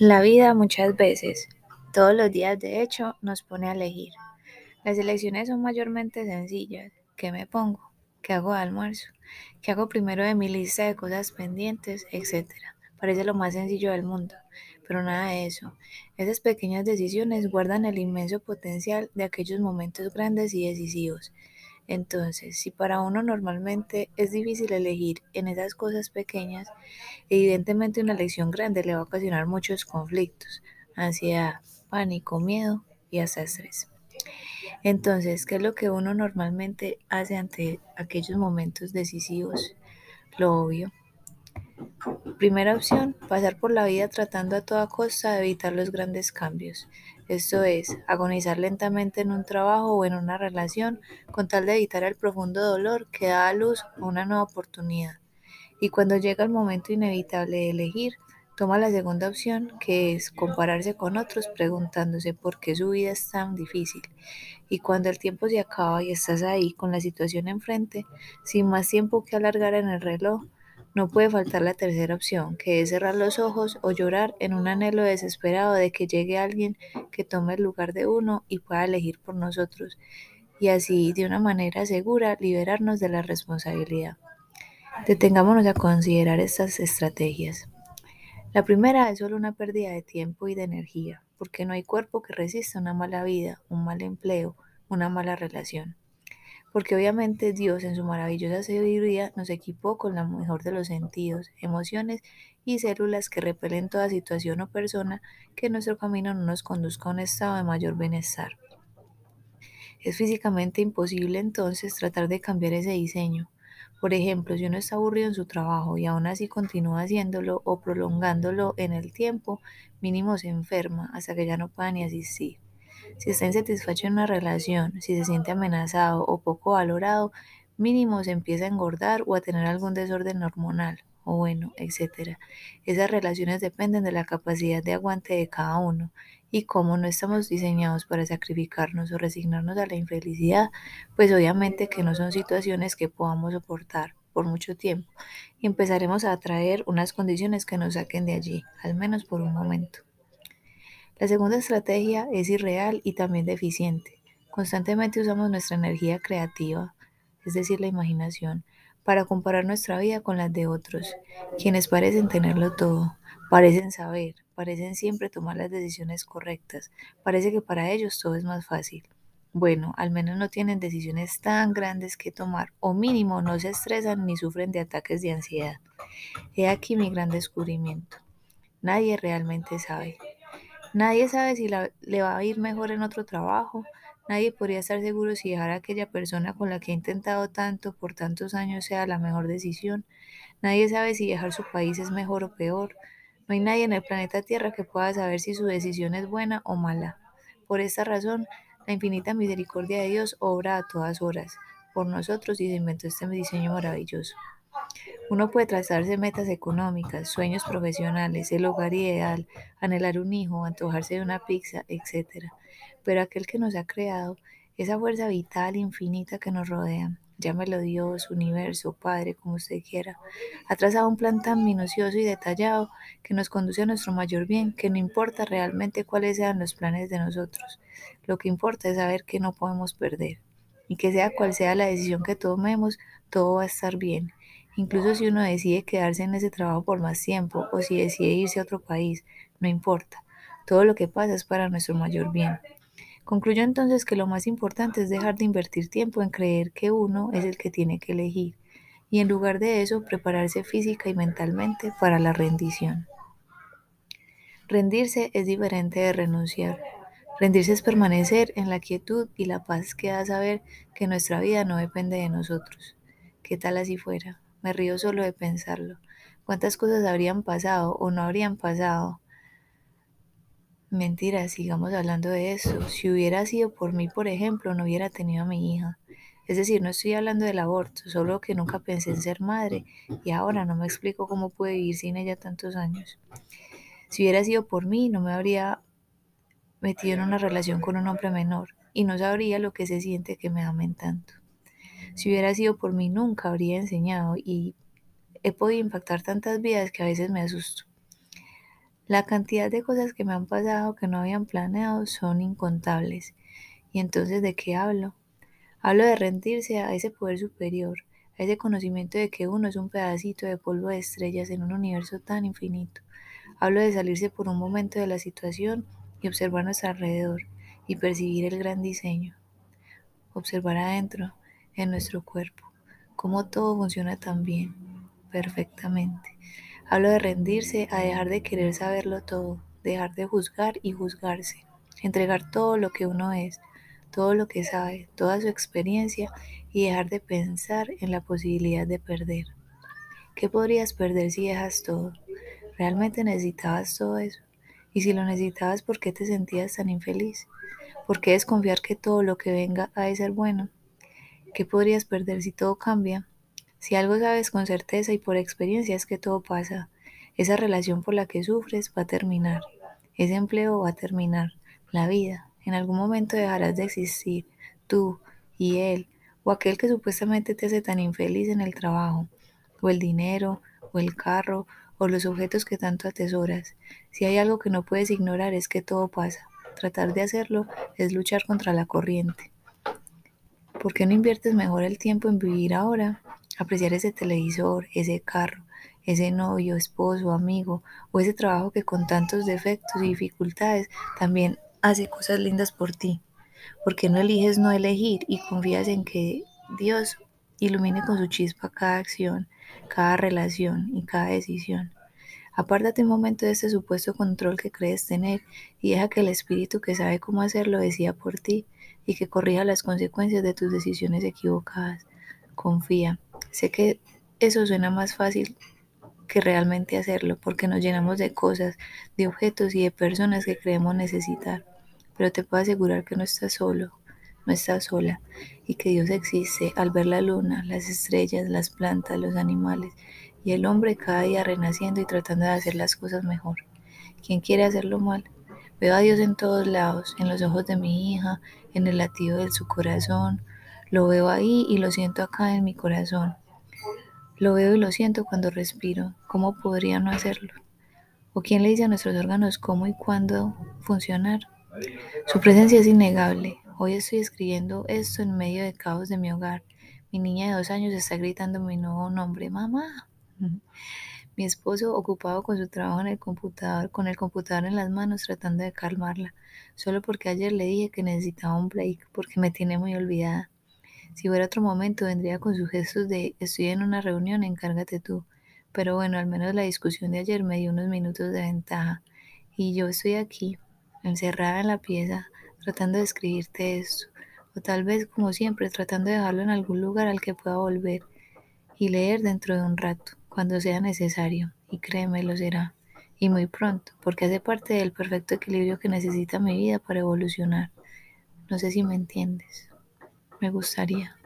La vida muchas veces, todos los días de hecho, nos pone a elegir. Las elecciones son mayormente sencillas. ¿Qué me pongo? ¿Qué hago de almuerzo? ¿Qué hago primero de mi lista de cosas pendientes? Etcétera. Parece lo más sencillo del mundo, pero nada de eso. Esas pequeñas decisiones guardan el inmenso potencial de aquellos momentos grandes y decisivos. Entonces, si para uno normalmente es difícil elegir en esas cosas pequeñas, evidentemente una elección grande le va a ocasionar muchos conflictos, ansiedad, pánico, miedo y hasta estrés. Entonces, ¿qué es lo que uno normalmente hace ante aquellos momentos decisivos? Lo obvio. Primera opción, pasar por la vida tratando a toda costa de evitar los grandes cambios. Esto es, agonizar lentamente en un trabajo o en una relación con tal de evitar el profundo dolor que da a luz a una nueva oportunidad. Y cuando llega el momento inevitable de elegir, toma la segunda opción, que es compararse con otros preguntándose por qué su vida es tan difícil. Y cuando el tiempo se acaba y estás ahí con la situación enfrente, sin más tiempo que alargar en el reloj, no puede faltar la tercera opción, que es cerrar los ojos o llorar en un anhelo desesperado de que llegue alguien que tome el lugar de uno y pueda elegir por nosotros, y así, de una manera segura, liberarnos de la responsabilidad. Detengámonos a considerar estas estrategias. La primera es solo una pérdida de tiempo y de energía, porque no hay cuerpo que resista una mala vida, un mal empleo, una mala relación. Porque obviamente Dios en su maravillosa sabiduría nos equipó con la mejor de los sentidos, emociones y células que repelen toda situación o persona que en nuestro camino no nos conduzca a un estado de mayor bienestar. Es físicamente imposible entonces tratar de cambiar ese diseño. Por ejemplo, si uno está aburrido en su trabajo y aún así continúa haciéndolo o prolongándolo en el tiempo, mínimo se enferma hasta que ya no pueda ni asistir. Si está insatisfecho en una relación, si se siente amenazado o poco valorado, mínimo se empieza a engordar o a tener algún desorden hormonal, o bueno, etcétera. Esas relaciones dependen de la capacidad de aguante de cada uno, y como no estamos diseñados para sacrificarnos o resignarnos a la infelicidad, pues obviamente que no son situaciones que podamos soportar por mucho tiempo, y empezaremos a atraer unas condiciones que nos saquen de allí, al menos por un momento. La segunda estrategia es irreal y también deficiente. Constantemente usamos nuestra energía creativa, es decir, la imaginación, para comparar nuestra vida con las de otros, quienes parecen tenerlo todo, parecen saber, parecen siempre tomar las decisiones correctas, parece que para ellos todo es más fácil. Bueno, al menos no tienen decisiones tan grandes que tomar, o mínimo no se estresan ni sufren de ataques de ansiedad. He aquí mi gran descubrimiento. Nadie realmente sabe. Nadie sabe si le va a ir mejor en otro trabajo. Nadie podría estar seguro si dejar a aquella persona con la que ha intentado tanto por tantos años sea la mejor decisión. Nadie sabe si dejar su país es mejor o peor. No hay nadie en el planeta Tierra que pueda saber si su decisión es buena o mala. Por esta razón, la infinita misericordia de Dios obra a todas horas por nosotros y se inventó este diseño maravilloso. Uno puede trazarse metas económicas, sueños profesionales, el hogar ideal, anhelar un hijo, antojarse de una pizza, etcétera. Pero aquel que nos ha creado, esa fuerza vital infinita que nos rodea, llámelo Dios, universo, Padre, como usted quiera, ha trazado un plan tan minucioso y detallado que nos conduce a nuestro mayor bien, que no importa realmente cuáles sean los planes de nosotros. Lo que importa es saber que no podemos perder y que sea cual sea la decisión que tomemos, todo va a estar bien. Incluso si uno decide quedarse en ese trabajo por más tiempo o si decide irse a otro país, no importa. Todo lo que pasa es para nuestro mayor bien. Concluyo entonces que lo más importante es dejar de invertir tiempo en creer que uno es el que tiene que elegir y en lugar de eso prepararse física y mentalmente para la rendición. Rendirse es diferente de renunciar. Rendirse es permanecer en la quietud y la paz que da saber que nuestra vida no depende de nosotros. ¿Qué tal así fuera? Me río solo de pensarlo. ¿Cuántas cosas habrían pasado o no habrían pasado? Mentira, sigamos hablando de eso. Si hubiera sido por mí, por ejemplo, no hubiera tenido a mi hija. Es decir, no estoy hablando del aborto, solo que nunca pensé en ser madre y ahora no me explico cómo pude vivir sin ella tantos años. Si hubiera sido por mí, no me habría metido en una relación con un hombre menor y no sabría lo que se siente que me amen tanto. Si hubiera sido por mí, nunca habría enseñado y he podido impactar tantas vidas que a veces me asusto. La cantidad de cosas que me han pasado que no habían planeado son incontables. ¿Y entonces de qué hablo? Hablo de rendirse a ese poder superior, a ese conocimiento de que uno es un pedacito de polvo de estrellas en un universo tan infinito. Hablo de salirse por un momento de la situación y observar nuestro alrededor y percibir el gran diseño. Observar adentro, en nuestro cuerpo, cómo todo funciona tan bien, perfectamente. Hablo de rendirse a dejar de querer saberlo todo, dejar de juzgar y juzgarse, entregar todo lo que uno es, todo lo que sabe, toda su experiencia y dejar de pensar en la posibilidad de perder. ¿Qué podrías perder si dejas todo? ¿Realmente necesitabas todo eso? Y si lo necesitabas, ¿por qué te sentías tan infeliz? ¿Por qué desconfiar que todo lo que venga ha de ser bueno? ¿Qué podrías perder si todo cambia? Si algo sabes con certeza y por experiencia es que todo pasa. Esa relación por la que sufres va a terminar. Ese empleo va a terminar. La vida. En algún momento dejarás de existir. Tú y él. O aquel que supuestamente te hace tan infeliz en el trabajo. O el dinero. O el carro. O los objetos que tanto atesoras. Si hay algo que no puedes ignorar es que todo pasa. Tratar de hacerlo es luchar contra la corriente. ¿Por qué no inviertes mejor el tiempo en vivir ahora? Apreciar ese televisor, ese carro, ese novio, esposo, amigo o ese trabajo que con tantos defectos y dificultades también hace cosas lindas por ti. ¿Por qué no eliges no elegir y confías en que Dios ilumine con su chispa cada acción, cada relación y cada decisión? Apártate un momento de este supuesto control que crees tener y deja que el espíritu que sabe cómo hacerlo decida por ti y que corrija las consecuencias de tus decisiones equivocadas. Confía. Sé que eso suena más fácil que realmente hacerlo porque nos llenamos de cosas, de objetos y de personas que creemos necesitar. Pero te puedo asegurar que no estás solo, no estás sola y que Dios existe al ver la luna, las estrellas, las plantas, los animales y el hombre cada día renaciendo y tratando de hacer las cosas mejor. ¿Quién quiere hacerlo mal? Veo a Dios en todos lados, en los ojos de mi hija, en el latido de su corazón. Lo veo ahí y lo siento acá en mi corazón. Lo veo y lo siento cuando respiro. ¿Cómo podría no hacerlo? ¿O quién le dice a nuestros órganos cómo y cuándo funcionar? Su presencia es innegable. Hoy estoy escribiendo esto en medio de caos de mi hogar. Mi niña de 2 años está gritando mi nuevo nombre, mamá. Mi esposo ocupado con su trabajo en el computador, con el computador en las manos tratando de calmarla, solo porque ayer le dije que necesitaba un break porque me tiene muy olvidada. Si fuera otro momento vendría con sus gestos de estoy en una reunión, encárgate tú. Pero bueno, al menos la discusión de ayer me dio unos minutos de ventaja. Y yo estoy aquí, encerrada en la pieza, tratando de escribirte esto. O tal vez, como siempre, tratando de dejarlo en algún lugar al que pueda volver y leer dentro de un rato, cuando sea necesario. Y créeme, lo será. Y muy pronto, porque hace parte del perfecto equilibrio que necesita mi vida para evolucionar. No sé si me entiendes. Me gustaría.